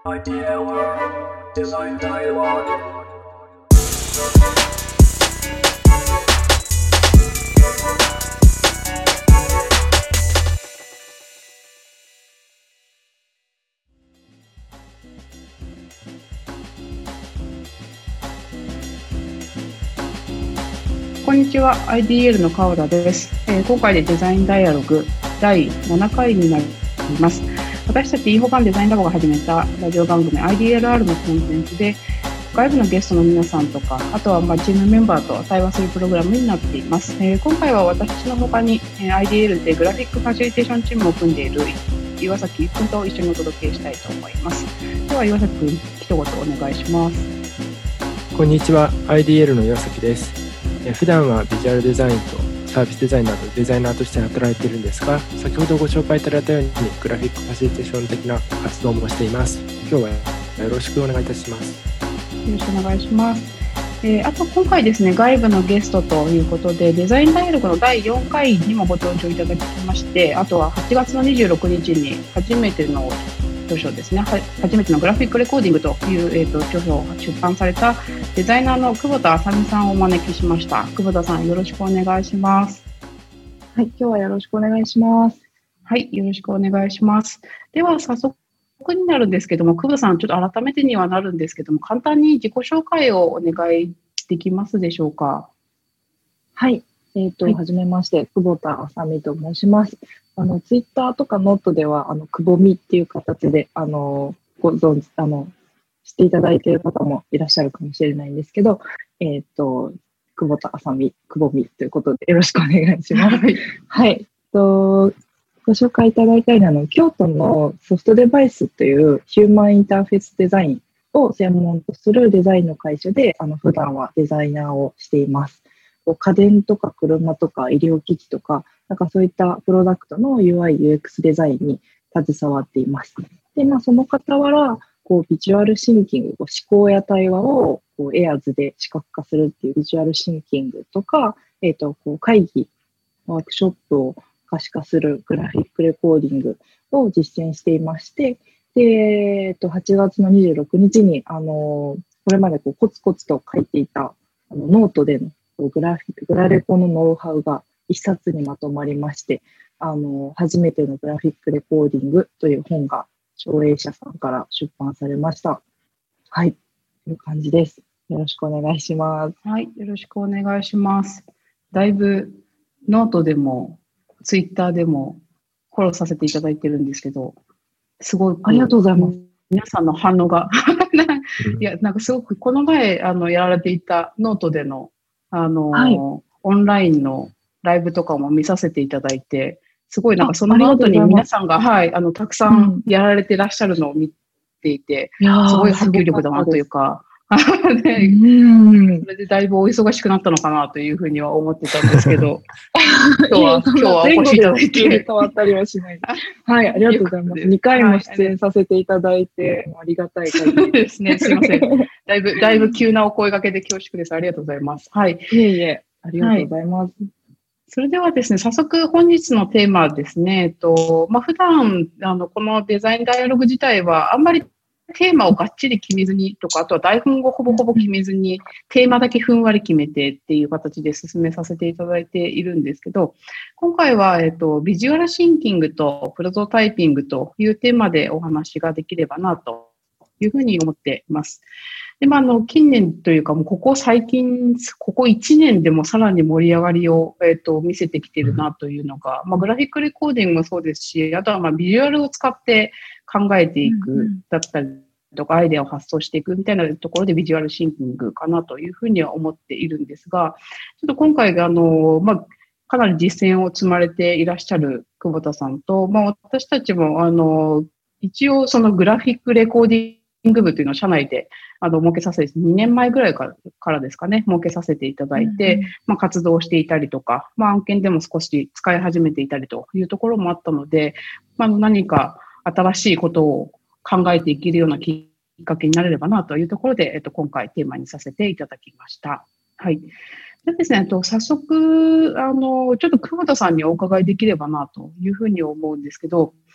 Idea Design Dialogue. こんにちは、IDL の川田です。今回でデザインダイアログ第7回になります。私たち e ホバンデザインラボが始めたラジオ番組 IDLR のコンテンツで外部のゲストの皆さんとか、あとはチームメンバーと対話するプログラムになっています。今回は私の他に IDL でグラフィックファシリテーションチームを組んでいる岩崎君と一緒にお届けしたいと思います。では岩崎君、一言お願いします。 こんにちは、IDL の岩崎です。普段はビジュアルデザインとサービスデザインなどデザイナーとして働いているんですが、先ほどご紹介いただいたようにグラフィックファシリテーション的な活動もしています。今日はよろしくお願いいたします。 よろしくお願いします。あと今回ですね、外部のゲストということでデザインダイアログの第4回にもご登場いただきまして、あとは8月の26日に初めての著書ですね、初めてのグラフィックレコーディングという、著書を出版されたデザイナーの久保田あさみさんをお招きしました。久保田さん、よろしくお願いします。 はい、今日はよろしくお願いします。 はい、よろしくお願いします。では早速になるんですけども、久保田さん、ちょっと改めてにはなるんですけども、簡単に自己紹介をお願いできますでしょうか。 はい、はじめまして、久保田あさみと申します。ツイッターとかノートでは、くぼみっていう形で、ご存知、していただいている方もいらっしゃるかもしれないんですけど、久保田あさみ、くぼみということでよろしくお願いします。はい。ご紹介いただいたように、京都のソフトデバイスというヒューマンインターフェースデザインを専門とするデザインの会社で、普段はデザイナーをしています。家電とか車とか医療機器とか、なんかそういったプロダクトの UI、UX デザインに携わっています。で、その傍ら、ビジュアルシンキング、思考や対話をエアーズで視覚化するっていうビジュアルシンキングとか、会議、ワークショップを可視化するグラフィックレコーディングを実践していまして、で、8月の26日に、これまでコツコツと書いていたノートでのグラレコのノウハウが一冊にまとまりまして、初めてのグラフィックレコーディングという本が奨励者さんから出版されました。はい、という感じです。よろしくお願いします。 はい、よろしくお願いします。だいぶノートでもツイッターでもフォローさせていただいてるんですけど、すごいありがとうございます。 皆さんの反応がいや、なんかすごくこの前やられていたノートでのはい、オンラインのライブとかも見させていただいて、すごいなんかそのノートに皆さんが、はい、たくさんやられてらっしゃるのを見ていて、すごい波及力だなというか、ね、それでだいぶお忙しくなったのかなというふうには思ってたんですけど、今日はお越しいただいて。 変わったりはしない。はい、ありがとうございます。2回も出演させていただいて、ありがたい限り。 そうですね、すいません。だいぶ急なお声掛けで恐縮です。ありがとうございます。はい。 いえいえ、ありがとうございます。 それではですね、早速本日のテーマですね。普段、このデザインダイアログ自体はあんまりテーマをがっちり決めずにとか、あとは台本をほぼほぼ決めずに、テーマだけふんわり決めてっていう形で進めさせていただいているんですけど、今回は、ビジュアルシンキングとプロトタイピングというテーマでお話ができればなというふうに思っています。で、近年というか、もうここ最近、ここ1年でもさらに盛り上がりを、見せてきているなというのが、グラフィックレコーディングもそうですし、あとはビジュアルを使って考えていくだったりとか、アイデアを発想していくみたいなところでビジュアルシンキングかなというふうには思っているんですが、ちょっと今回がかなり実践を積まれていらっしゃる久保田さんと、私たちも一応そのグラフィックレコーディング部というのを社内で設けさせて、2年前ぐらいからですかね、設けさせていただいて、活動していたりとか、案件でも少し使い始めていたりというところもあったので、何か新しいことを考えていけるようなきっかけになれればなというところで、今回テーマにさせていただきました。はい。でですね、早速、ちょっと久保田さんにお伺いできればなというふうに思うんですけど、プ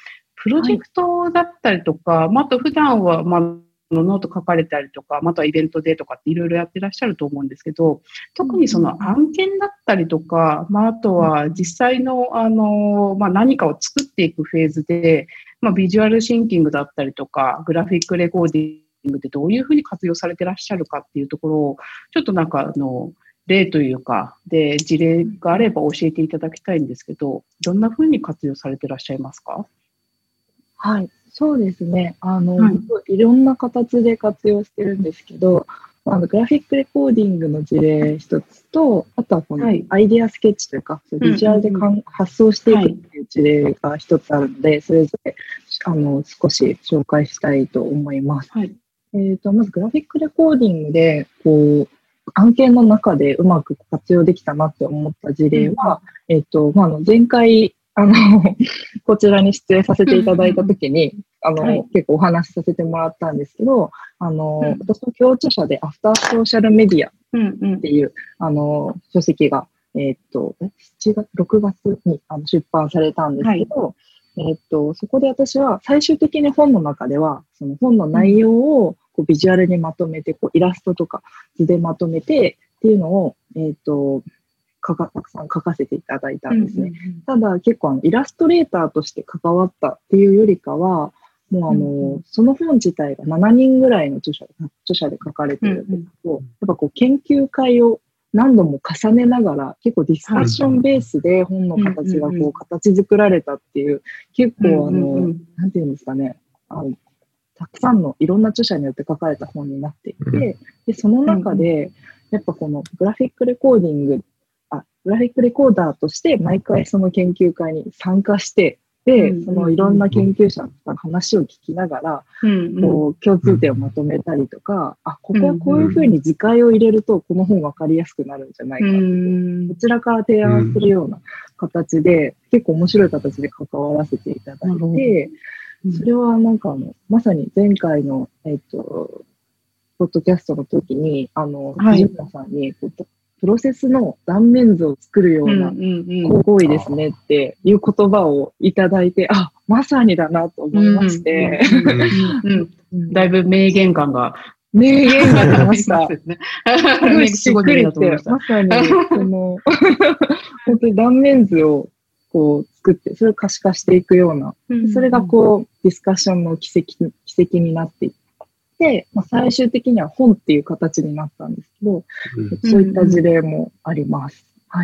プロジェクトだったりとか、あと普段は、ノート書かれたりとか、あとはイベントでとかっていろいろやってらっしゃると思うんですけど、特にその案件だったりとか、あとは実際の、何かを作っていくフェーズで、ビジュアルシンキングだったりとか、グラフィックレコーディングでどういうふうに活用されてらっしゃるかっていうところを、ちょっと例というか、で、事例があれば教えていただきたいんですけど、どんなふうに活用されてらっしゃいますか？ はい、そうですね。いろんな形で活用してるんですけど、グラフィックレコーディングの事例一つと、あとはこのアイデアスケッチというか、ビジュアルで発想していくっていう事例が一つあるので、それぞれ少し紹介したいと思います。 はい、 まずグラフィックレコーディングで、案件の中でうまく活用できたなって思った事例は、前回、こちらに出演させていただいたときに、結構お話しさせてもらったんですけど、私の共著者でアフターソーシャルメディアっていう、書籍が、6月に出版されたんですけど、そこで私は最終的に本の中では、その本の内容をビジュアルにまとめて、イラストとか図でまとめてっていうのを、たくさん書かせていただいたんですね。ただ結構イラストレーターとして関わったっていうよりかは、もうその本自体が7人ぐらいの著者で書かれてるんですけど、やっぱ研究会を何度も重ねながら、結構ディスカッションベースで本の形が形作られたっていう、結構なんていうんですかね、たくさんのいろんな著者によって書かれた本になっていて、で、その中で、やっぱこのグラフィックレコーダーとして毎回その研究会に参加して、で、そのいろんな研究者の話を聞きながら、共通点をまとめたりとか、ここはこういうふうに図解を入れると、この本分かりやすくなるんじゃないかって、こちらから提案するような形で、結構面白い形で関わらせていただいて、それはまさに前回の、ポッドキャストの時に、藤村さんに、プロセスの断面図を作るような行為ですねっていう言葉をいただいて、まさにだなと思いまして、 だいぶ名言感が出ました。 すごいしっくりして、 まさに本当に断面図を作って、それを可視化していくような、それがディスカッションの軌跡になっていって、最終的には本っていう形になったんですけど、そういった事例もあります。はい。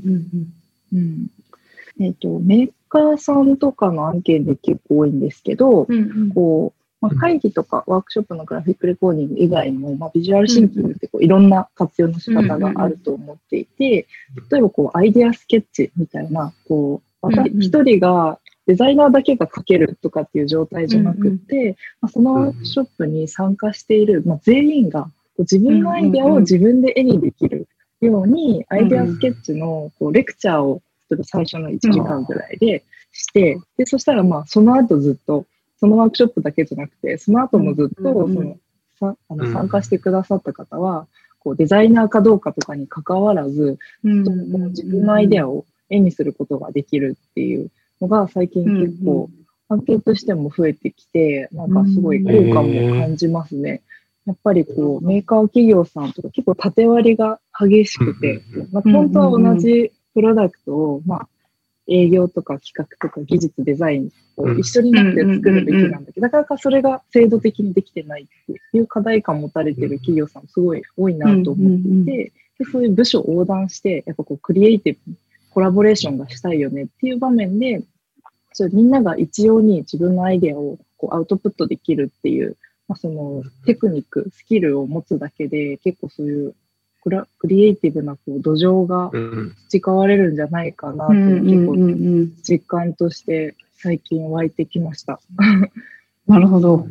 メーカーさんとかの案件で結構多いんですけど、会議とかワークショップのグラフィックレコーディング以外にも、ビジュアルシンキングっていろんな活用の仕方があると思っていて、例えばアイデアスケッチみたいな、一人がデザイナーだけが書けるとかっていう状態じゃなくて、そのワークショップに参加している、全員が自分のアイデアを自分で絵にできるように、アイデアスケッチのレクチャーを例えば最初の1時間ぐらいでして、で、そしたらその後ずっと、そのワークショップだけじゃなくて、その後もずっと参加してくださった方は、デザイナーかどうかとかに関わらず、自分のアイデアを絵にすることができるっていうのが最近結構案件としても増えてきて、すごい効果も感じますね。やっぱりメーカー企業さんとか結構縦割りが激しくて、本当は同じプロダクトを、営業とか企画とか技術デザインを一緒になって作るべきなんだけど、なかなかそれが制度的にできてないっていう課題感を持たれている企業さんすごい多いなと思っていて、でそういう部署横断して、やっぱクリエイティブにコラボレーションがしたいよねっていう場面で、みんなが一様に自分のアイデアをアウトプットできるっていう、そのテクニック、スキルを持つだけで、結構そういうクリエイティブな土壌が培われるんじゃないかなと、結構実感として最近湧いてきました。 なるほど。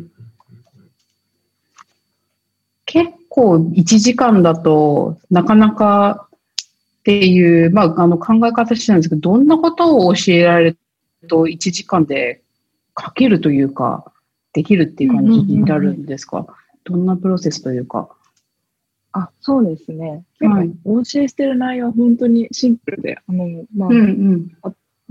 結構1時間だとなかなかっていう、考え方してるんですけど、どんなことを教えられると1時間で書けるというか、できるっていう感じになるんですか？どんなプロセスというか。 そうですね。結構お教えしてる内容は本当にシンプルで、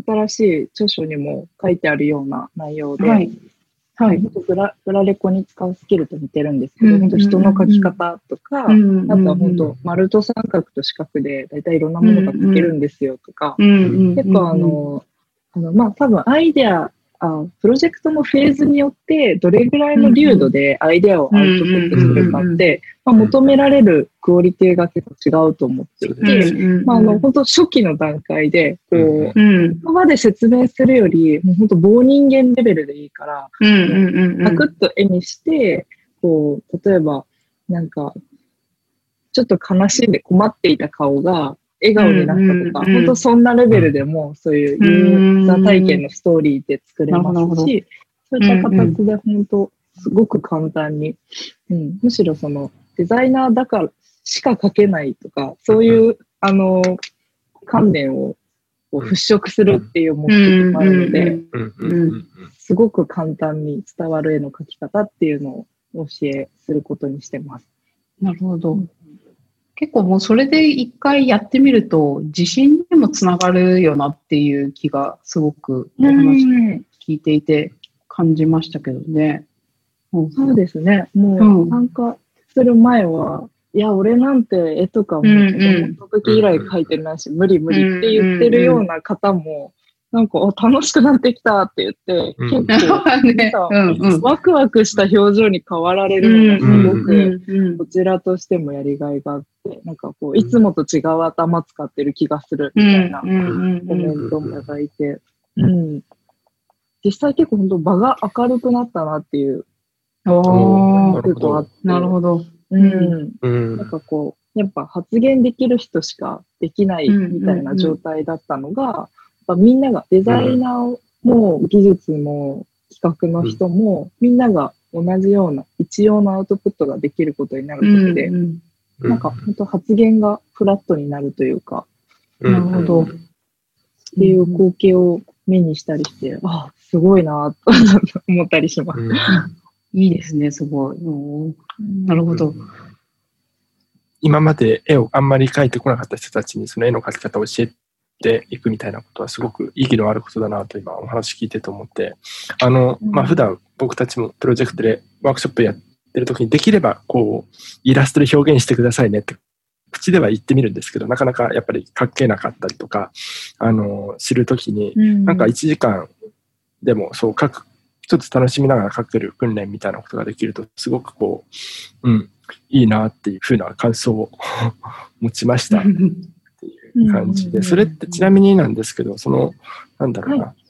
新しい著書にも書いてあるような内容で、 はい。はい。 本当グラレコに使うスキルと似てるんですけど、本当人の書き方とか、あとは本当丸と三角と四角でだいたいいろんなものが書けるんですよとか、結構まあ多分アイデア、プロジェクトのフェーズによってどれぐらいの流度でアイデアをアウトプットするかって、まあ、求められるクオリティが結構違うと思っていて、まあ、本当初期の段階で、こう、言葉で説明するより、もう本当棒人間レベルでいいから、パクッと絵にして、こう、例えば、なんか、ちょっと悲しんで困っていた顔が、笑顔になったとか、本当そんなレベルでも、そういうユーザー体験のストーリーで作れますし、そういった形で本当、すごく簡単に、むしろそのデザイナーだからしか書けないとか、そういう、観念を払拭するっていう目的もあるので、すごく簡単に伝わる絵の描き方っていうのをお教えすることにしてます。 なるほど。結構もうそれで一回やってみると自信にもつながるよなっていう気がすごくお話聞いていて感じましたけどね。 そうですね。もう参加する前は、いや、俺なんて絵とかも思った時以来描いてないし、無理無理って言ってるような方も、なんか、楽しくなってきたって言って、結構、ワクワクした表情に変わられるのがすごく、こちらとしてもやりがいがあって、なんかこう、いつもと違う頭使ってる気がするみたいなコメントもいただいて、実際結構本当場が明るくなったなっていうことあって。 なるほど。 なんかこう、やっぱ発言できる人しかできないみたいな状態だったのが、みんながデザイナーも技術も企画の人もみんなが同じような一様なアウトプットができることになることで、なんか本当発言がフラットになるというか、 なるほど。 っていう光景を目にしたりして、すごいなと思ったりします。 いいですね、すごい。なるほど。 今まで絵をあんまり描いてこなかった人たちにその絵の描き方を教えていくみたいなことはすごく意義のあることだなと今お話聞いてと思って、普段僕たちもプロジェクトでワークショップやってる時にできればこうイラストで表現してくださいねって口では言ってみるんですけど、なかなかやっぱり書けなかったりとか知る時になんか1時間でもそう書くちょっと楽しみながら書ける訓練みたいなことができるとすごくこういいなっていうふうな感想を持ちましたっていう感じで、それってちなみになんですけど、そのなんだろうな、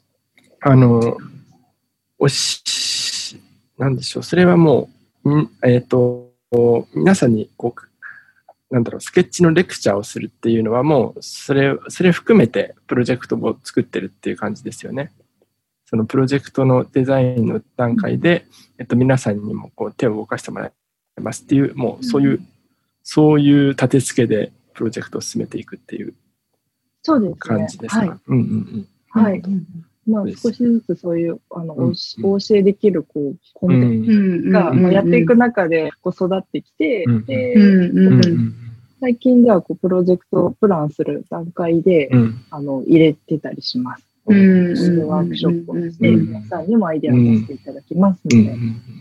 なんでしょう、それはもう皆さんにこうなんだろう、スケッチのレクチャーをするっていうのはもうそれ含めてプロジェクトを作ってるっていう感じですよね。そのプロジェクトのデザインの段階で、皆さんにもこう手を動かしてもらいますっていう、もうそういう立て付けでプロジェクトを進めていくっていう感じですか。 はい。まあ少しずつそういうお教えできるこうコンテンツがやっていく中でこう育ってきて、で最近ではこうプロジェクトをプランする段階で入れてたりします。ワークショップをして皆さんにもアイデアを出していただきますので。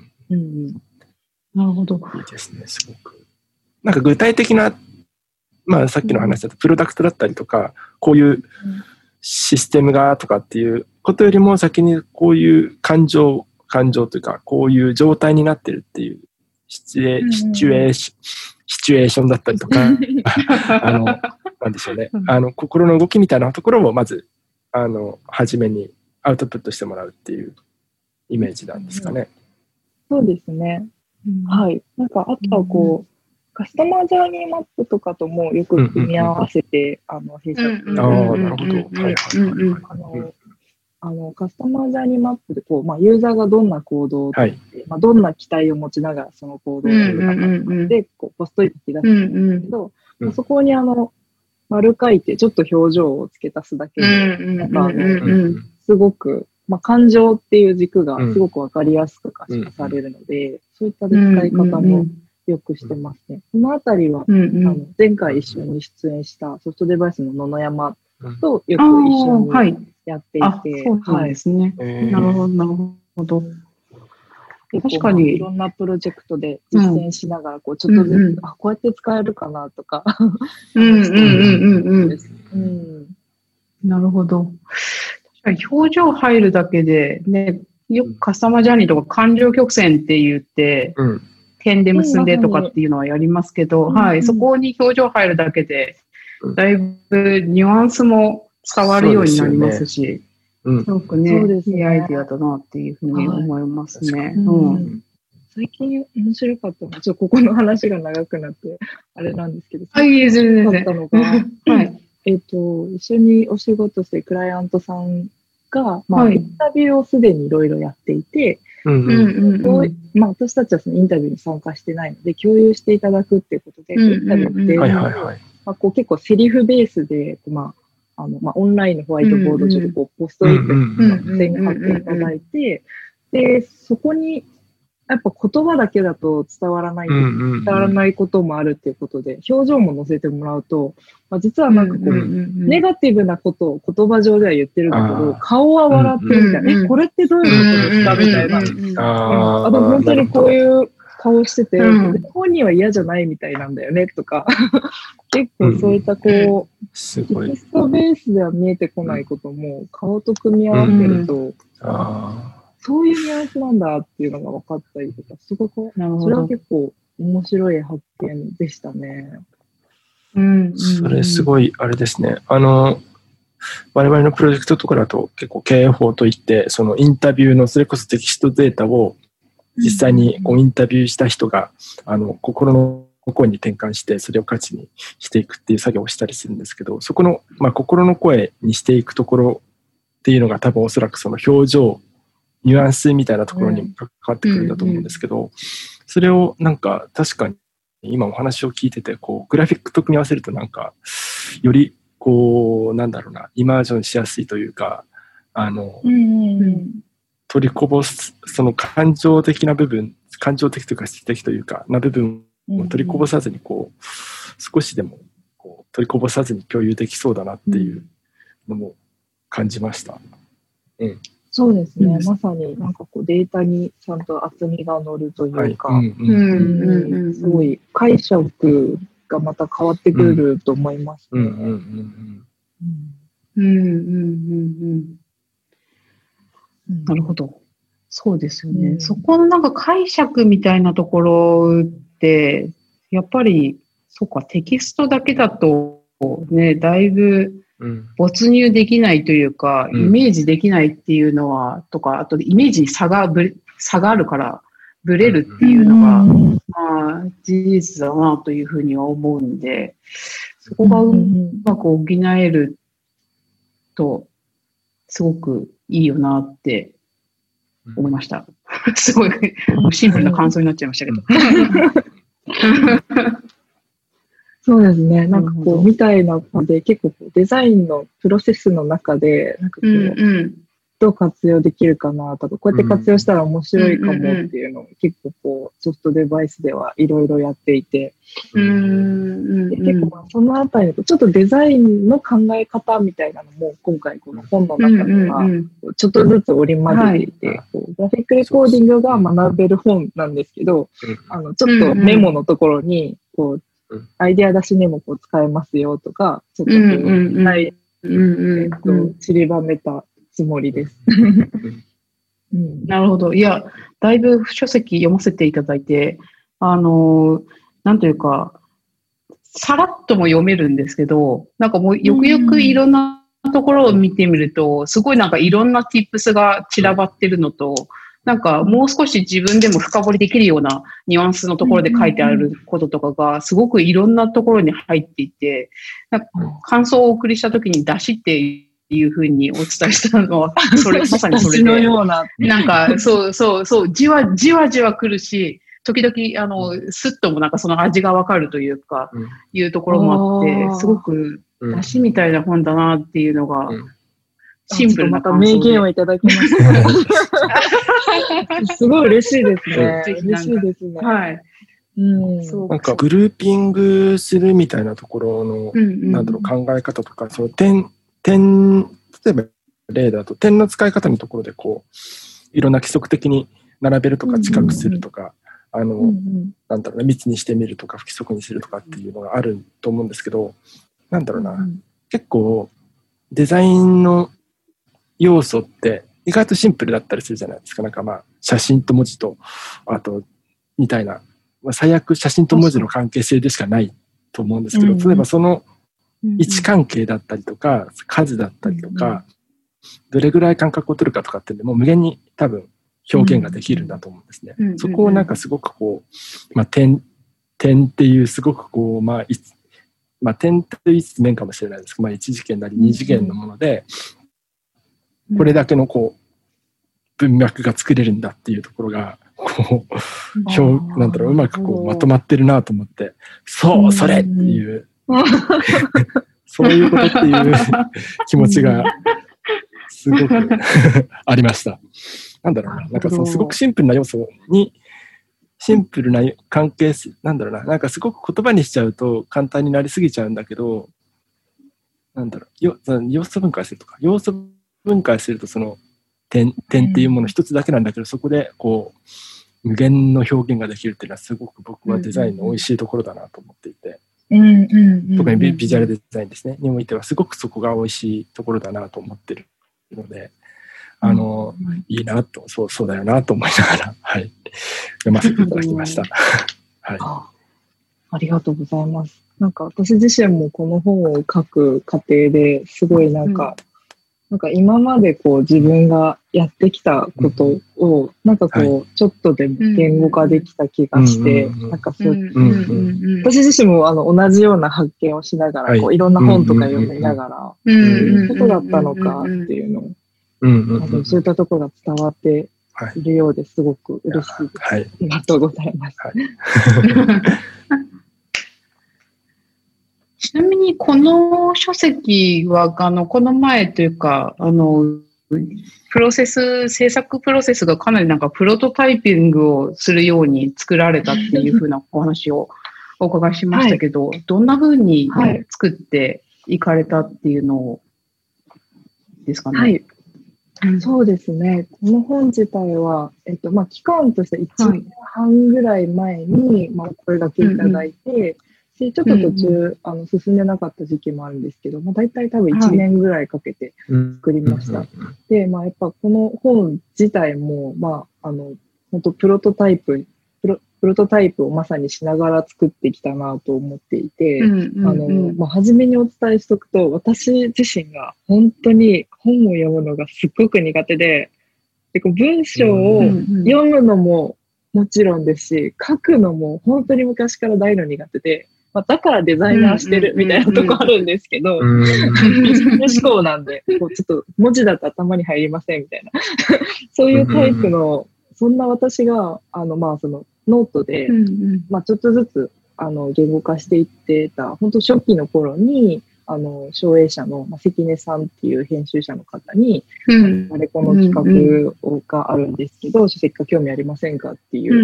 なるほど。 いいですね、すごく。なんか具体的な、さっきの話だとプロダクトだったりとか、こういうシステムがとかっていうことよりも先にこういう感情というか、こういう状態になってるっていうシチュエーションだったりとか、なんでしょうね、心の動きみたいなところをまず初めにアウトプットしてもらうっていうイメージなんですかね。 そうですね。はい。なんか、あとはこう、カスタマージャーニーマップとかともよく組み合わせて、弊社で。 なるほど。 カスタマージャーニーマップで、こう、ユーザーがどんな行動をとって、どんな期待を持ちながらその行動をやるかで、こう、ポストイット引き出してるんですけど、そこに丸書いてちょっと表情を付け足すだけで、すごく、感情っていう軸がすごくわかりやすく可視化されるので、そういった使い方もよくしてますね。このあたりは、前回一緒に出演したソフトデバイスの野々山とよく一緒はい。 にやっていあ、 て、 そうなんですね。なるほど、なるほど。確かに。 いろんなプロジェクトで実践しながら、こう、ちょっとずつ、こうやって使えるかなとか、 なるほど。確かに表情入るだけで、ね、よくカスタマージャーニーとか感情曲線って言って、点で結んでとかっていうのはやりますけど、はい、そこに表情入るだけで、だいぶニュアンスも伝わるようになりますし、すごくね、いいアイディアだなっていうふうに思いますね。 最近面白かったのは、ちょっとここの話が長くなって、あれなんですけど、 はい、全然。 面白かったのが、はい。一緒にお仕事してるクライアントさんが、まあ、インタビューをすでにいろいろやっていて、まあ、私たちはそのインタビューに参加してないので、共有していただくっていうことで、インタビューって結構セリフベースで、まあ、オンラインのホワイトボード上でポストイット付箋貼っていただいて、で、そこに、やっぱ言葉だけだと伝わらないこともあるっていうことで、表情も載せてもらうと、まあ、実はなんかこう、ネガティブなことを言葉上では言ってるんだけど、顔は笑ってるみたいな、これってどういうことですかみたいな。あと本当にこういう顔してて、本人は嫌じゃないみたいなんだよねとか、結構そういったこう、テキストベースでは見えてこないことも、顔と組み合わせると、そういうニュアンスなんだっていうのが分かったりとか、すごく、それは結構面白い発見でしたね。 それすごい、あれですね。我々のプロジェクトとかだと結構経営法といって、そのインタビューのそれこそテキストデータを実際にこうインタビューした人が、心の声に転換して、それを価値にしていくっていう作業をしたりするんですけど、そこの、まあ、心の声にしていくところっていうのが多分おそらくその表情、ニュアンスみたいなところに関わってくるんだと思うんですけど、それをなんか確かに今お話を聞いてて、こうグラフィックと組み合わせるとなんかよりこうなんだろうな、イマージョンしやすいというか、取りこぼすその感情的な部分、感情的というか質的というかな部分を取りこぼさずにこう少しでもこう取りこぼさずに共有できそうだなっていうのも感じました。 そうですね、まさになんかこうデータにちゃんと厚みが乗るというか、すごい解釈がまた変わってくると思いますね。 なるほど。そうですよね。そこのなんか解釈みたいなところって、やっぱり、そうか、テキストだけだとね、だいぶ、没入できないというか、イメージできないっていうのは、とか、あとイメージに差があるから、ブレるっていうのが、まあ、事実だなというふうには思うんで、そこがうまく補えると、すごくいいよなって思いました。すごい、シンプルな感想になっちゃいましたけど。 そうですね。なんかこう、みたいなので、結構デザインのプロセスの中で、なんかこう、どう活用できるかなとか、こうやって活用したら面白いかもっていうのを結構こう、ソフトデバイスではいろいろやっていて、結構そのあたりのちょっとデザインの考え方みたいなのも、今回この本の中には、ちょっとずつ織り交ぜていて、グラフィックレコーディングが学べる本なんですけど、ちょっとメモのところに、こう、アイデア出しにもこう使えますよとか、ちょっと散りばめたつもりです。 なるほど。いや、だいぶ書籍読ませていただいて、なんというか、さらっとも読めるんですけど、なんかもうよくよくいろんなところを見てみると、すごいなんかいろんな tips が散らばってるのと、なんかもう少し自分でも深掘りできるようなニュアンスのところで書いてあることとかがすごくいろんなところに入っていて、なんか感想をお送りしたときに出しっていうふうにお伝えしたのは、それ、まさにそれで。 のような。 なんか、じわじわ来るし、時々、スッともなんかその味がわかるというか、いうところもあって、すごく出しみたいな本だなっていうのが、シンプルな感想で。 また名言をいただきました。すごい嬉しいですね。嬉しいですね。 はい。 なんかグルーピングするみたいなところの、なんだろう、考え方とか、その点例えば例だと点の使い方のところでこういろんな規則的に並べるとか近くするとか、なんだろうな、密にしてみるとか不規則にするとかっていうのがあると思うんですけど、なんだろうな、結構デザインの要素って意外とシンプルだったりするじゃないですか。なんかまあ写真と文字とあとみたいな、最悪写真と文字の関係性でしかないと思うんですけど、例えばその位置関係だったりとか数だったりとか、どれぐらい間隔を取るかとかってもう無限に多分表現ができるんだと思うんですね。そこをなんかすごくこう、点っていうすごくこう、点っていう一面かもしれないですけど、一次元なり二次元のもので、これだけのこう文脈が作れるんだっていうところがこうなんだろう、うまくこうまとまってるなと思って、それっていうそういうことっていう気持ちがすごくありました。なんだろうな、なんかそのすごくシンプルな要素にシンプルな関係性、なんだろうな、なんかすごく言葉にしちゃうと簡単になりすぎちゃうんだけど、なんだろう、要素分解するとか、要素分解するとその点っていうもの一つだけなんだけど、そこでこう無限の表現ができるっていうのはすごく僕はデザインの美味しいところだなと思っていて、特にビジュアルデザインですねにおいてはすごくそこが美味しいところだなと思ってるので、いいなと、そうだよなと思いながら、はい、読ませていただきました。はい、 ありがとうございます。なんか私自身もこの本を書く過程ですごいなんか今までこう自分がやってきたことをなんかこうちょっとでも言語化できた気がして、なんかそう、私自身も同じような発見をしながら、こういろんな本とか読みながら、そういうことだったのかっていうのを、そういったところが伝わっているようですごく嬉しいです。ありがとうございます。 ちなみにこの書籍はこの前というか制作プロセスがかなりなんかプロトタイピングをするように作られたっていうふうなお話をお伺いしましたけど、どんなふうに作っていかれたっていうのですかね。 そうですね。この本自体は、期間として1年半ぐらい前に、お声掛けいただいて、でちょっと途中、進んでなかった時期もあるんですけど、大体多分1年ぐらいかけて作りました。で、やっぱこの本自体も、本当プロトタイプをまさにしながら作ってきたなと思っていて、初めにお伝えしておくと、私自身が本当に本を読むのがすっごく苦手で、文章を読むのももちろんですし、書くのも本当に昔から大の苦手で、だからデザイナーしてるみたいなとこあるんですけど、ビジネス思考なんで、ちょっと文字だと頭に入りませんみたいな、そういうタイプの、そんな私が、そのノートで、ちょっとずつ、言語化していってた、本当初期の頃に、奨励社の関根さんっていう編集者の方に、この企画があるんですけど、書籍化興味ありませんかっていう、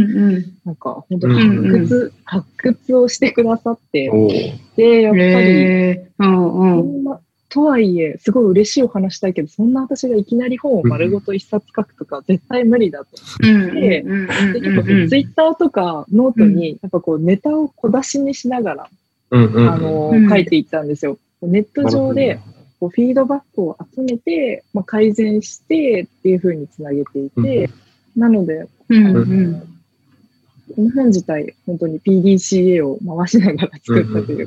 なんか本当に発掘をしてくださって、で、やっぱり、とはいえ、すごい嬉しいお話したいけど、そんな私がいきなり本を丸ごと一冊書くとか絶対無理だと思って、で結構ツイッターとかノートに、やっぱこうネタを小出しにしながら、書いていったんですよ。ネット上でこうフィードバックを集めて、改善してっていう風につなげていて、なので、この本自体、本当に PDCA を回しながら作ったと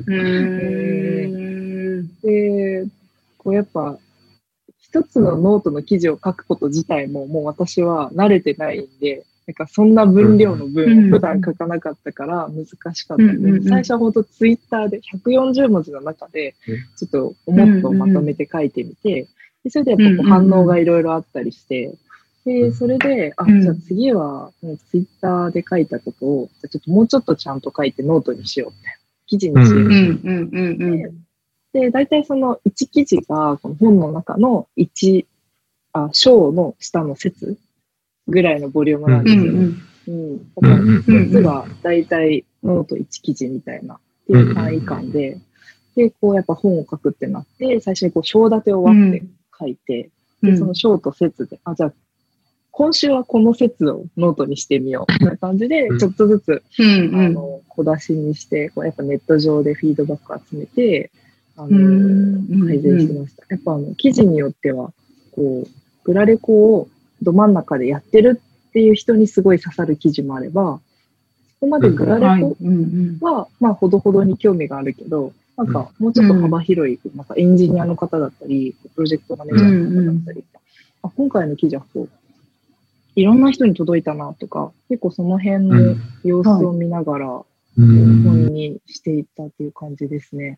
いうか。で、こうやっぱ、一つのノートの記事を書くこと自体も、もう私は慣れてないんで、なんかそんな分量の文を普段書かなかったから難しかったので、最初は本当ツイッターで140文字の中で、ちょっと思っとまとめて書いてみて、でそれでやっぱこう反応がいろいろあったりして、で、それで、じゃあ次はツイッターで書いたことを、ちょっともうちょっとちゃんと書いてノートにしようみたいな、記事にしよう。で、大体その1記事がこの本の中の章の下の節ぐらいのボリュームなんですよ。だから1つが大体ノート1記事みたいなっていう単位感で、 で、こうやっぱ本を書くってなって、最初にこう章立てを割って書いて、で、その章と説で、じゃあ、今週はこの説をノートにしてみようみたいな感じで、ちょっとずつ、小出しにして、こうやっぱネット上でフィードバック集めて、改善してました。やっぱ記事によっては、こう、グラレコをど真ん中でやってるっていう人にすごい刺さる記事もあれば、そこまでグラレコは、まあ、ほどほどに興味があるけど、なんか、もうちょっと幅広い、なんかエンジニアの方だったり、プロジェクトマネージャーの方だったり、今回の記事はこう、いろんな人に届いたなとか、結構その辺の様子を見ながら、本にしていったっていう感じですね。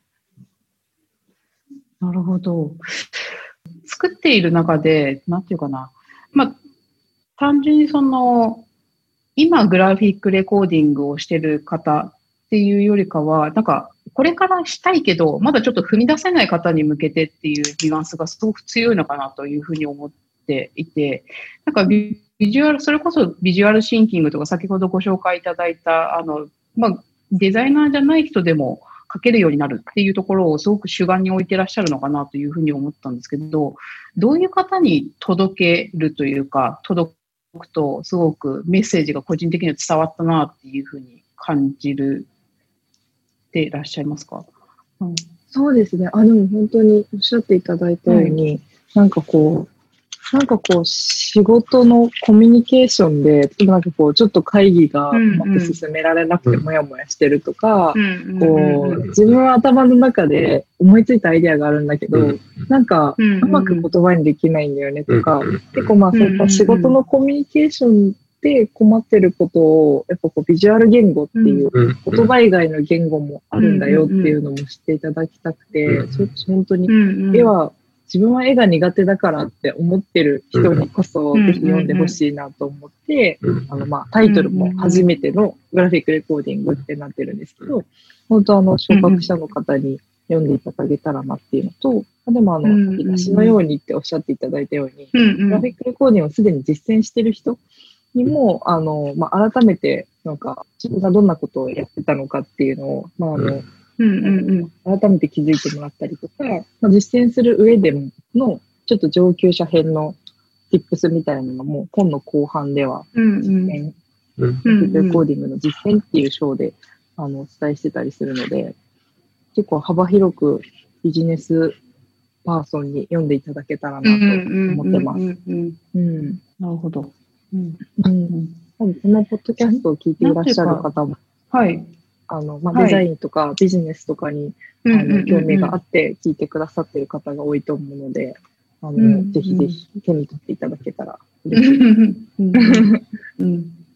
なるほど。作っている中で、なんていうかな。まあ、単純に今グラフィックレコーディングをしている方っていうよりかは、なんか、これからしたいけど、まだちょっと踏み出せない方に向けてっていうニュアンスがすごく強いのかなというふうに思っていて、なんかビジュアル、それこそビジュアルシンキングとか先ほどご紹介いただいた、まあ、デザイナーじゃない人でも書けるようになるっていうところをすごく主眼に置いてらっしゃるのかなというふうに思ったんですけど、どういう方に届けるというか、届くとすごくメッセージが個人的には伝わったなっていうふうに感じるっていらっしゃいますか？ そうですね。でも本当におっしゃっていただいたように、なんかこう、仕事のコミュニケーションで、なんかこう、ちょっと会議がうまく進められなくてもやもやしてるとか、こう、自分は頭の中で思いついたアイデアがあるんだけど、なんか、うまく言葉にできないんだよねとか、結構まあそういった仕事のコミュニケーションで困ってることを、やっぱこう、ビジュアル言語っていう、言葉以外の言語もあるんだよっていうのも知っていただきたくて、本当に、自分は絵が苦手だからって思ってる人にこそぜひ読んでほしいなと思って、タイトルも初めてのグラフィックレコーディングってなってるんですけど、本当昇格者の方に読んでいただけたらなっていうのと、でも出しのようにっておっしゃっていただいたように、グラフィックレコーディングをすでに実践してる人にも、改めて、なんか、自分がどんなことをやってたのかっていうのを、改めて気づいてもらったりとか、実践する上での、ちょっと上級者編の tips みたいなのも、今の後半では、レコーディングの実践っていう章で、お伝えしてたりするので、結構幅広くビジネスパーソンに読んでいただけたらなと思ってます。 なるほど。 このポッドキャストを聞いていらっしゃる方も、デザインとかビジネスとかに興味があって聞いてくださっている方が多いと思うので、ぜひぜひ手に取っていただけたら嬉しいです。 あ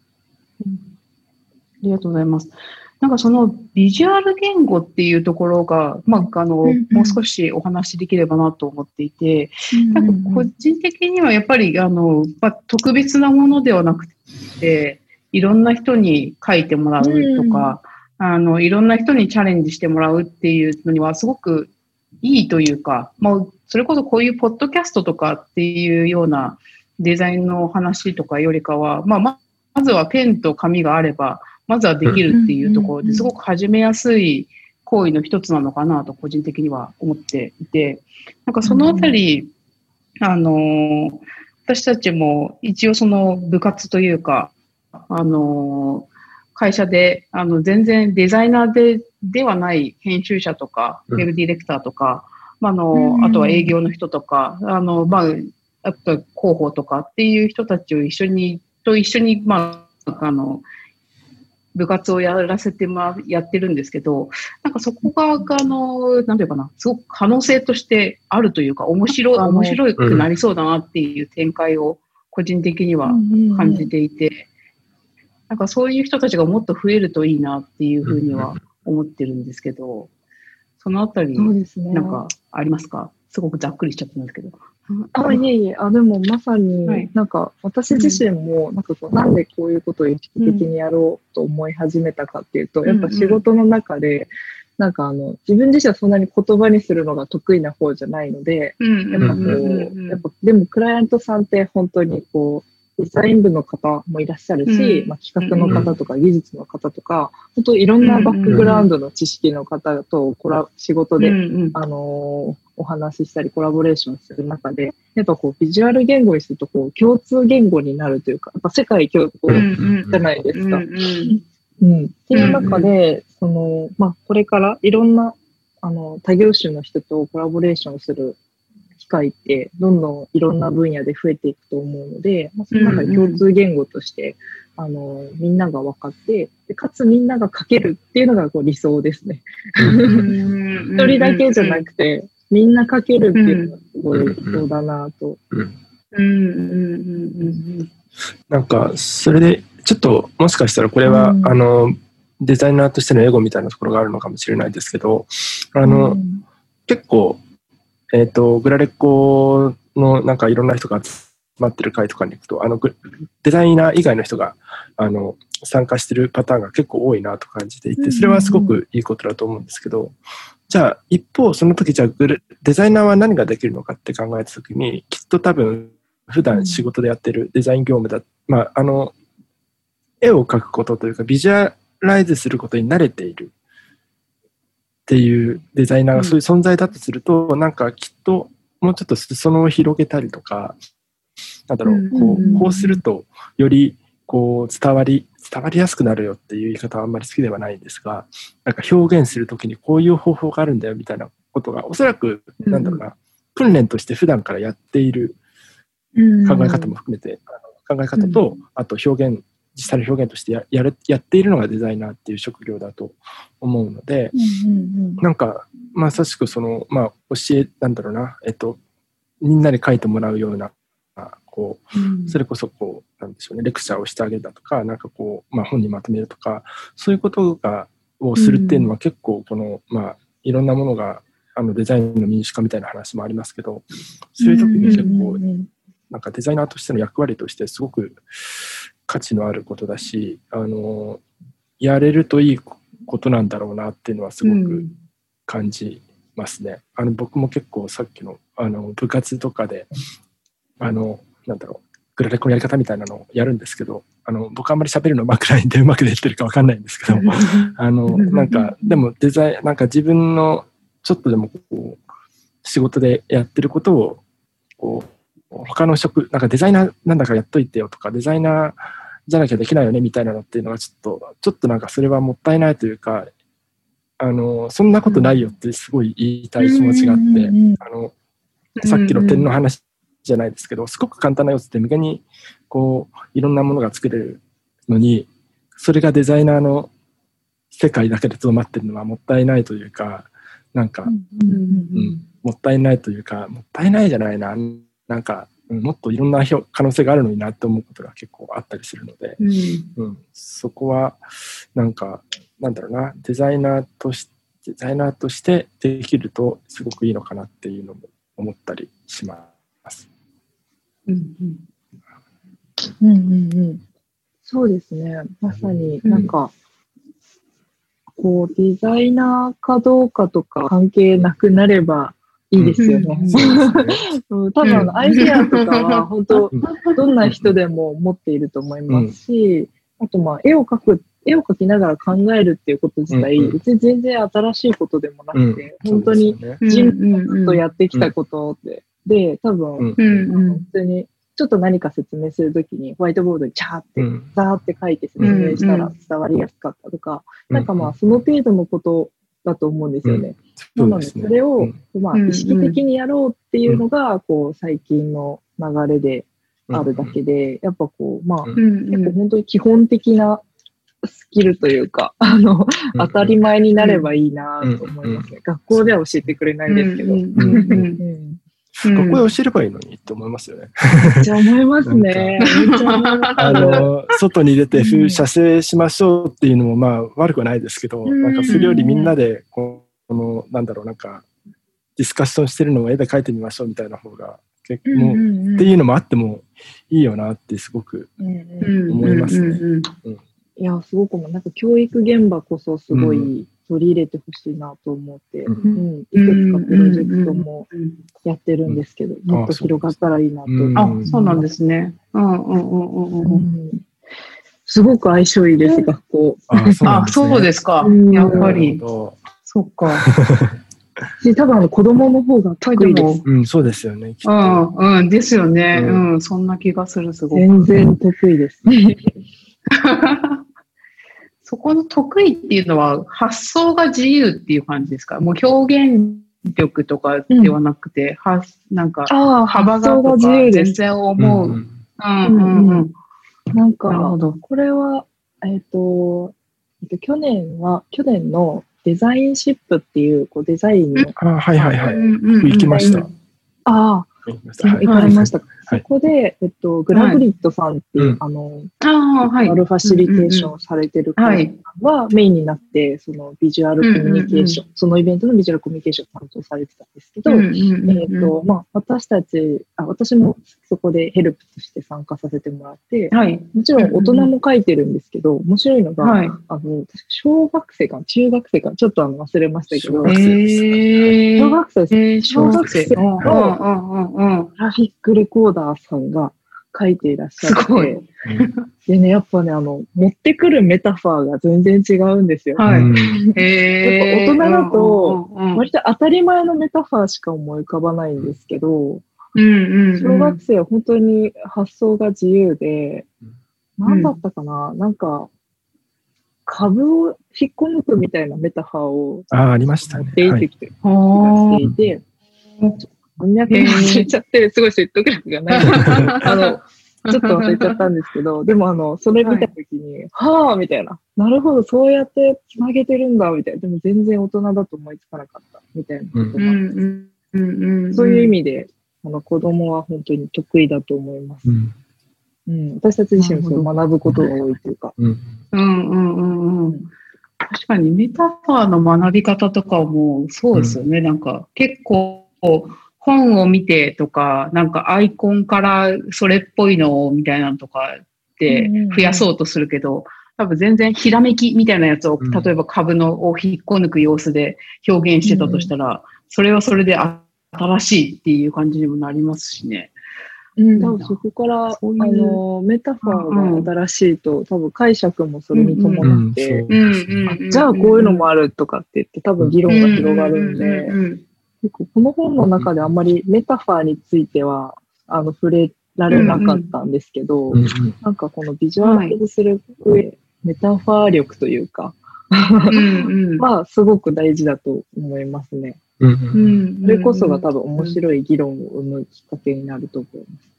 りがとうございます。なんかそのビジュアル言語っていうところが、もう少しお話しできればなと思っていて、なんか個人的にはやっぱり特別なものではなくて、いろんな人に書いてもらうとか、いろんな人にチャレンジしてもらうっていうのにはすごくいいというか、それこそこういうポッドキャストとかっていうようなデザインの話とかよりかは、まずはペンと紙があれば、まずはできるっていうところですごく始めやすい行為の一つなのかなと個人的には思っていて、なんかそのあたり、私たちも一応その部活というか、会社で、全然デザイナーではない編集者とか、ウェブディレクターとか、あとは営業の人とか、あと広報とかっていう人たちを一緒に、部活をやらせてやってるんですけど、なんかそこが、なんていうかな、すごく可能性としてあるというか、面白くなりそうだなっていう展開を個人的には感じていて、なんかそういう人たちがもっと増えるといいなっていうふうには思ってるんですけど、そのあたり、なんかありますか？すごくざっくりしちゃったんですけど。 いえいえ、でもまさに、なんか私自身も、なんでこういうことを意識的にやろうと思い始めたかっていうと、やっぱ仕事の中で、なんか自分自身はそんなに言葉にするのが得意な方じゃないので、やっぱでもクライアントさんって本当にこう、 デザイン部の方もいらっしゃるし、企画の方とか技術の方とか、本当いろんなバックグラウンドの知識の方と仕事で、お話ししたりコラボレーションする中で、やっぱこうビジュアル言語にするとこう共通言語になるというか、やっぱ世界共通じゃないですか。っていう中で、これからいろんな他業種の人とコラボレーションする機会ってどんどんいろんな分野で増えていくと思うので、その中で共通言語として、みんなが分かって、かつみんなが書けるっていうのがこう理想ですね。一人だけじゃなくて、みんな書けるっていうのがすごい理想だなと。 なんか、それで、ちょっともしかしたらこれは、デザイナーとしてのエゴみたいなところがあるのかもしれないですけど、結構、グラレコのなんかいろんな人が集まってる会とかに行くと、デザイナー以外の人が、参加してるパターンが結構多いなと感じていて、それはすごくいいことだと思うんですけど、じゃあ一方、その時じゃあデザイナーは何ができるのかって考えた時に、きっと多分普段仕事でやってるデザイン業務だ、絵を描くことというかビジュアライズすることに慣れているっていうデザイナーがそういう存在だとすると、なんかきっともうちょっと裾野を広げたりとか、なんだろう、こうするとよりこう伝わりやすくなるよっていう言い方はあんまり好きではないんですが、なんか表現するときにこういう方法があるんだよみたいなことがおそらくなんだろうな、訓練として普段からやっている考え方も含めて、考え方とあと実際の表現としてやっているのがデザイナーっていう職業だと思うので、なんかまさしくなんだろうな、みんなに書いてもらうようなそれこそなんでしょうね、レクチャーをしてあげるだとか、なんか本にまとめるとか、そういうことをするっていうのは結構いろんなものがデザインの民主化みたいな話もありますけど、そういう時に結構なんかデザイナーとしての役割としてすごく価値のあることだし、やれるといいことなんだろうなっていうのはすごく感じますね。僕も結構さっきの部活とかでなんだろう、グラレコのやり方みたいなのをやるんですけど、僕あんまり喋るのうまくないんでうまくできてるかわかんないんですけどなんかでもなんか自分のちょっとでも仕事でやってることを他のなんかデザイナーなんだかやっといてよとか、デザイナーじゃなきゃできないよねみたいなのっていうのはちょっとなんかそれはもったいないというか、そんなことないよってすごい言いたい気持ちがあって、さっきの点の話じゃないですけど、すごく簡単な要素って無限にいろんなものが作れるのに、それがデザイナーの世界だけでとどまってるのはもったいないというか、なんか、もったいないというか、もったいないじゃないな、なんか、もっといろんな可能性があるのになと思うことが結構あったりするので、そこはなんかなんだろうな、デザイナーとしてできるとすごくいいのかなっていうのも思ったりします。 そうですね。まさになんか、デザイナーかどうかとか関係なくなればいいですよね。多分アイデアとかは本当どんな人でも持っていると思いますし、あと絵を描きながら考えるっていうこと自体、別に全然新しいことでもなくて、本当に人類とやってきたことで、多分、普通にちょっと何か説明するときにホワイトボードにチャーってザーって書いて説明したら伝わりやすかったとか、なんかその程度のことだと思うんですよね。なのでそれを意識的にやろうっていうのが最近の流れであるだけで、やっぱ結構本当に基本的なスキルというか当たり前になればいいなと思いますね。学校では教えてくれないですけど。 学校で教えればいいのにって思いますよね。 めっちゃ思いますね。 外に出て写生しましょうっていうのも悪くはないですけど、なんかそれよりみんなでなんだろう、なんかディスカッションしてるのを絵で描いてみましょうみたいな方が結構っていうのもあってもいいよなってすごく思いますね。 いや、すごくなんか教育現場こそすごい取り入れてほしいなと思って、 うんいくつかプロジェクトもやってるんですけど、もっと広がったらいいなと思います。 そうなんですね。 すごく相性いいです、学校。 そうですか。やっぱり。そっか。 多分子供の方が得意です。 そうですよね。 ですよね。そんな気がする、すごく。 全然得意ですね。 そこの得意っていうのは発想が自由っていう感じですか？もう表現力とかではなくて、なんか幅がとか全然思う。 なんか、これは、去年のデザインシップっていう、デザインの。 行きました。 行かれました。そこで、グラグリッドさんっていう、アルファシリテーションされてる方がメインになって、そのビジュアルコミュニケーション、そのイベントのビジュアルコミュニケーションを担当されてたんですけど、私もそこでヘルプとして参加させてもらって、もちろん大人も書いてるんですけど、面白いのが、小学生か中学生か、ちょっと忘れましたけど、小学生です。小学生のグラフィックレコーダーさんが書いていらっしゃって、でね、やっぱね、持ってくるメタファーが全然違うんですよ。やっぱ大人だと、割と当たり前のメタファーしか思い浮かばないんですけど、小学生は本当に発想が自由で、何だったかな、なんか、株を引っこ抜くみたいなメタファーをありましたね。 出てきてしていて、文脈に忘れちゃって、すごい説得力がないんですけど、ちょっと忘れちゃったんですけど、でもそれ見たときに、はぁみたいな。なるほど、そうやってつなげてるんだ、みたいな。でも全然大人だと思いつかなかった、みたいなことがあって。そういう意味で、子供は本当に得意だと思います。私たち自身もそう学ぶことが多いというか。 確かにメタファーの学び方とかもそうですよね。なんか結構本を見てとか、なんかアイコンからそれっぽいのをみたいなのとかって増やそうとするけど、多分全然ひらめきみたいなやつを、例えば株を引っこ抜く様子で表現してたとしたら、それはそれで新しいっていう感じにもなりますしね。 多分そこからメタファーが新しいと、多分解釈もそれに伴って、じゃあこういうのもあるとかって言って多分議論が広がるんで、結構この本の中であんまりメタファーについては触れられなかったんですけど、なんかこのビジュアライズする上、メタファー力というかはすごく大事だと思いますね。それこそが多分面白い議論を生むきっかけになると思います。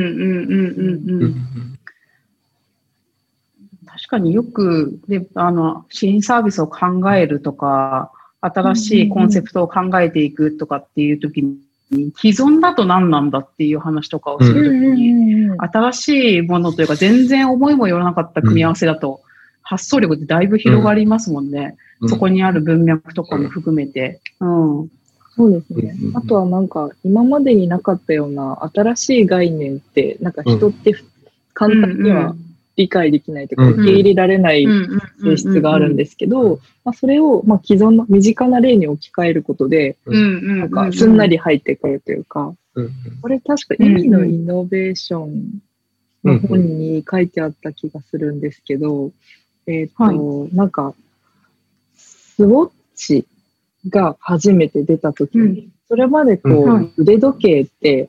確かによくで新サービスを考えるとか、新しいコンセプトを考えていくとかっていう時に、既存だと何なんだっていう話とかをするときに、新しいものというか全然思いもよらなかった組み合わせだと、発想力ってだいぶ広がりますもんね。そこにある文脈とかも含めて。 そうですね。あとはなんか今までになかったような新しい概念って、なんか人って簡単には理解できないというか、受け入れられない性質があるんですけど、それを既存の身近な例に置き換えることで、なんかすんなり入ってくるというか、これ確か意味のイノベーションの本に書いてあった気がするんですけど、なんか、スウォッチが初めて出たときに、それまで腕時計って、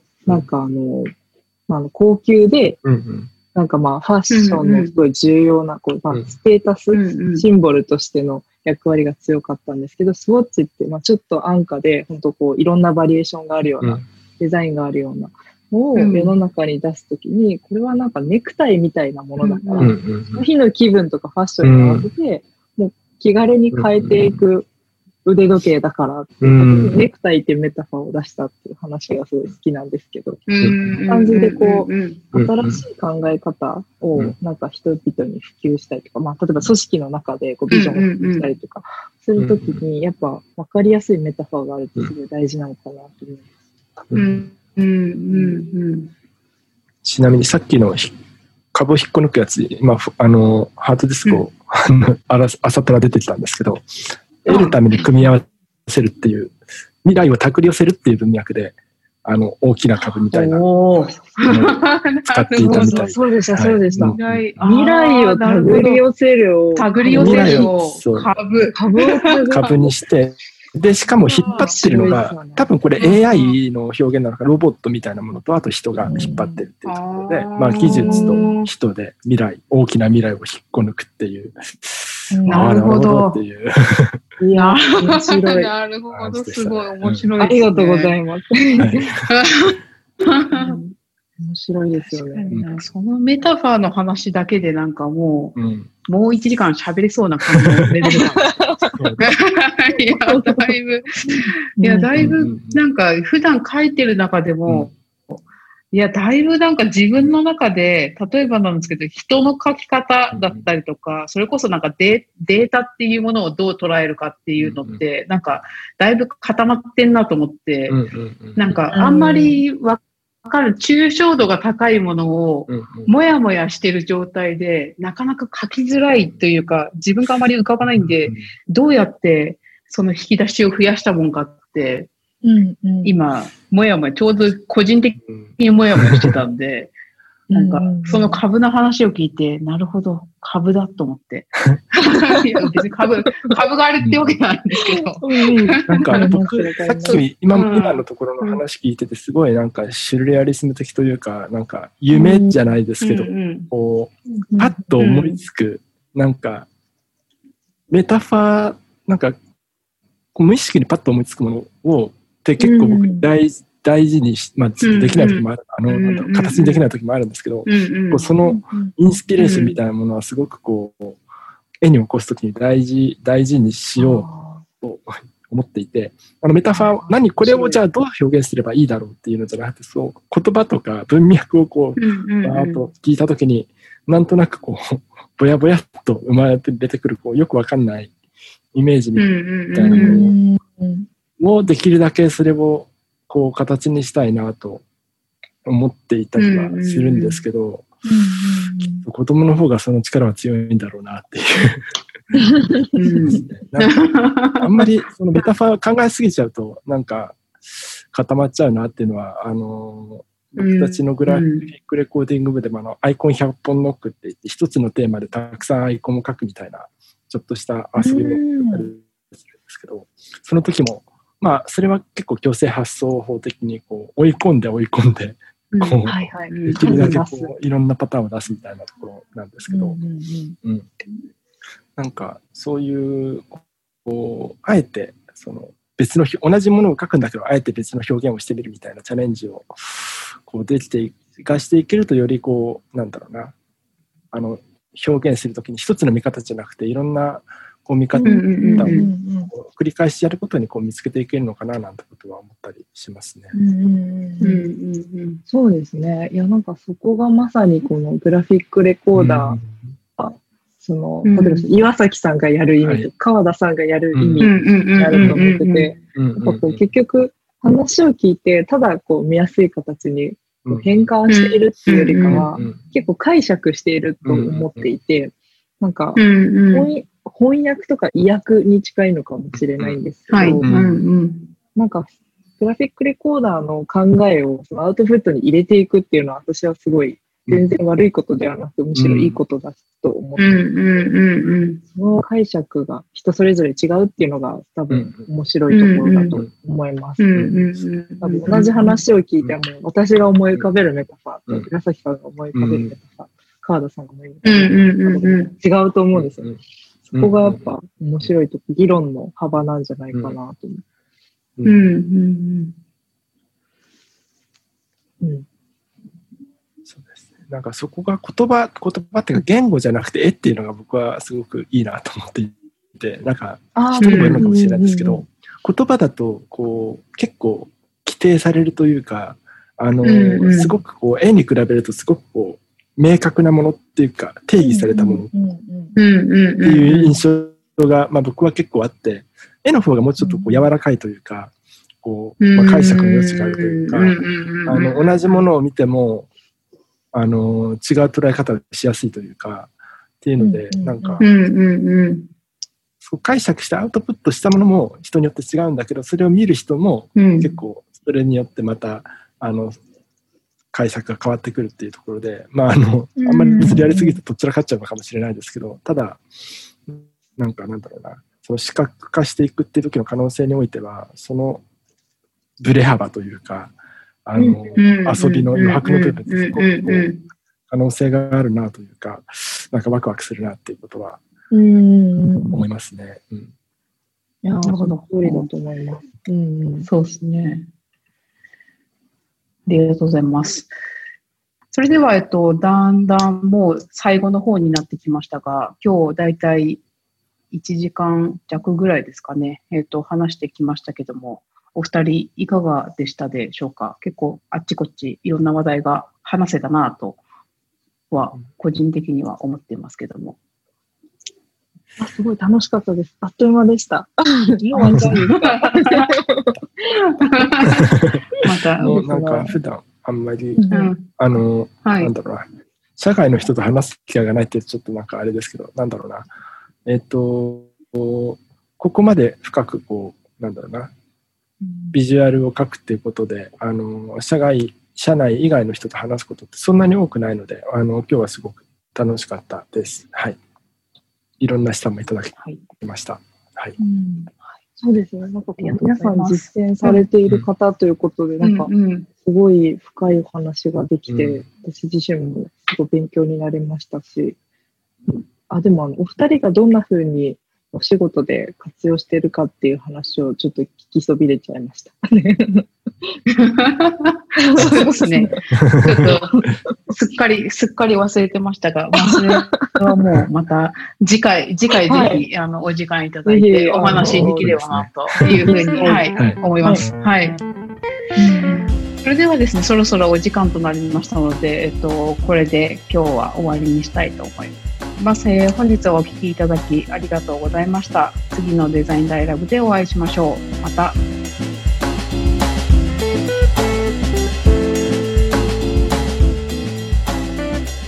なんか高級で、なんかファッションのすごい重要な、ステータス、シンボルとしての役割が強かったんですけど、スウォッチって、ちょっと安価で、本当いろんなバリエーションがあるような、デザインがあるようなのを世の中に出すときに、これはなんかネクタイみたいなものだから、その日の気分とかファッションに合わせて、もう気軽に変えていく腕時計だからっていうネクタイっていうメタファーを出したっていう話がすごい好きなんですけど、感じで新しい考え方をなんか人々に普及したりとか、例えば組織の中でビジョンを普及したりとかするときに、やっぱ分かりやすいメタファーがあるってすごい大事なのかなと思います。 ちなみにさっきの株を引っこ抜くやつ、今ハードディスクを朝から出てきたんですけど、 得るために組み合わせるっていう、未来を手繰り寄せるっていう文脈で、大きな株みたいなおー使っていたみたい。 そうでした、そうでした。 はい未来を手繰り寄せるを。 手繰り寄せるをそう株にして、で、しかも引っ張ってるのが、多分これ AI の表現なのか、ロボットみたいなものと、あと人が引っ張ってるっていうところで、まあ技術と人で大きな未来を引っこ抜くっていう。 なるほど。 っていう。 いや、面白い。 なるほど、すごい面白いですね。 ありがとうございます。 はい面白いですよね。 そのメタファーの話だけでなんかもう、もう1時間喋れそうな感じのレベルだ。だいぶなんか普段書いてる中でも、だいぶなんか自分の中で、例えばなんですけど、人の書き方だったりとか、それこそなんかデータっていうものをどう捉えるかっていうのって、なんかだいぶ固まってんなと思って、なんかあんまりわかる抽象度が高いものをもやもやしてる状態で、なかなか書きづらいというか、自分があまり浮かばないんで、どうやってその引き出しを増やしたもんかって、今、もやもや、ちょうど個人的にもやもやしてたんで、なんか、その株の話を聞いて、なるほど、株だと思って。いや、別に株があるってわけなんですけど。 なんか僕、さっき今のところの話聞いてて、すごいなんかシュルレアリスム的というか、なんか夢じゃないですけど、こう、パッと思いつく、なんか、メタファー、なんか、無意識にパッと思いつくものを、って結構僕大事にまあ、できない時もある、形にできない時もあるんですけど、そのインスピレーションみたいなものはすごくこう、絵に起こす時に大事にしようと思っていて、メタファー、これをじゃあどう表現すればいいだろうっていうのじゃなくて、そう、言葉とか文脈をこう、バーッと聞いた時に、なんとなくこう、ぼやぼやっと生まれて出てくる、こう、よくわかんないイメージみたいなものをできるだけそれをこう形にしたいなと思っていたりはするんですけど、きっと子供の方がその力は強いんだろうなっていうなんかあんまりそのメタファー考えすぎちゃうとなんか固まっちゃうなっていうのは僕たちのグラフィックレコーディング部でもアイコン100本ノックって言って一つのテーマでたくさんアイコンを書くみたいなちょっとした遊びもあるんですけど、その時もまあそれは結構強制発想法的にこう追い込んでこうできるだけこういろんなパターンを出すみたいなところなんですけど、なんかそういうこうあえてその別の同じものを書くんだけどあえて別の表現をしてみるみたいなチャレンジをこうできて生かしていけるとよりこうなんだろうな表現するときに一つの見方じゃなくていろんなこう見方を繰り返しやることにこう見つけていけるのかななんてことは思ったりしますね。 そうですね。いやなんかそこがまさにこのグラフィックレコーダー、その例えば岩崎さんがやる意味と川田さんがやる意味にあると思ってて、結局話を聞いてただこう見やすい形に変換しているっていうよりかは結構解釈していると思っていて、なんか翻訳とか意訳に近いのかもしれないんですけど、なんかグラフィックレコーダーの考えをそのアウトプットに入れていくっていうのは私はすごい全然悪いことではなくむしろいいことだと思っていて、その解釈が人それぞれ違うっていうのが多分面白いところだと思います。多分同じ話を聞いても私が思い浮かべるメタファーと岩崎さんが思い浮かべるメタファー、川田さんが思い浮かべるメタファー違うと思うんですよね。そこがやっぱ面白いと議論の幅なんじゃないかなと思う。 そうですね。なんかそこが言葉っていうか言語じゃなくて絵っていうのが僕はすごくいいなと思っていて、なんか人にもいるのかもしれないんですけど、言葉だとこう結構規定されるというか、すごくこう絵に比べるとすごくこう明確なものっていうか定義されたものっていう印象が、まあ、僕は結構あって、絵の方がもうちょっとこう柔らかいというか、こうまあ、解釈の余地があるというか、同じものを見ても違う捉え方をしやすいというかっていうので、なんか解釈してアウトプットしたものも人によって違うんだけど、それを見る人も結構それによってまた解釈が変わってくるっていうところで、あんまり別にやりすぎてどちらかっちゃうのかもしれないですけど、ただなんだろうな、その視覚化していくっていう時の可能性においては、そのブレ幅というか遊びの余白の部分ですごく可能性があるなというか、なんかワクワクするなっていうことは思いますね。 いや、なるほど、通りだと思います。 そうですね。ありがとうございます。それでは、だんだんもう最後の方になってきましたが、今日だいたい1時間弱ぐらいですかね、話してきましたけども、お二人いかがでしたでしょうか。結構あっちこっちいろんな話題が話せたなとは個人的には思っていますけども。 すごい楽しかったです。あっという間でした。もう終わっちゃうんですか。 またなんか普段あんまり、なんだろうな、社会の人と話す機会がないってちょっとなんかあれですけど、なんだろうな、ここまで深くなんだろうな、ビジュアルを描くっていうことで、社内以外の人と話すことってそんなに多くないので、今日はすごく楽しかったです。はい。いろんな視点もいただきました。はい。 そうですね。なんか皆さん実践されている方ということで、なんかすごい深いお話ができて、私自身もすごい勉強になりましたし、でもお二人がどんな風にお仕事で活用しているかっていう話をちょっと聞きそびれちゃいました。 そうですね。ちょっとすっかり忘れてましたが、それはもうまた次回ぜひ、お時間いただいてお話できればなというふうに、思います。はい。それではですね、そろそろお時間となりましたので、これで今日は終わりにしたいと思います。本日はお聞きいただきありがとうございました。次のデザインダイアログでお会いしましょう。また。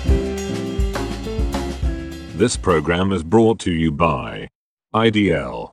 This program is brought to you by IDL.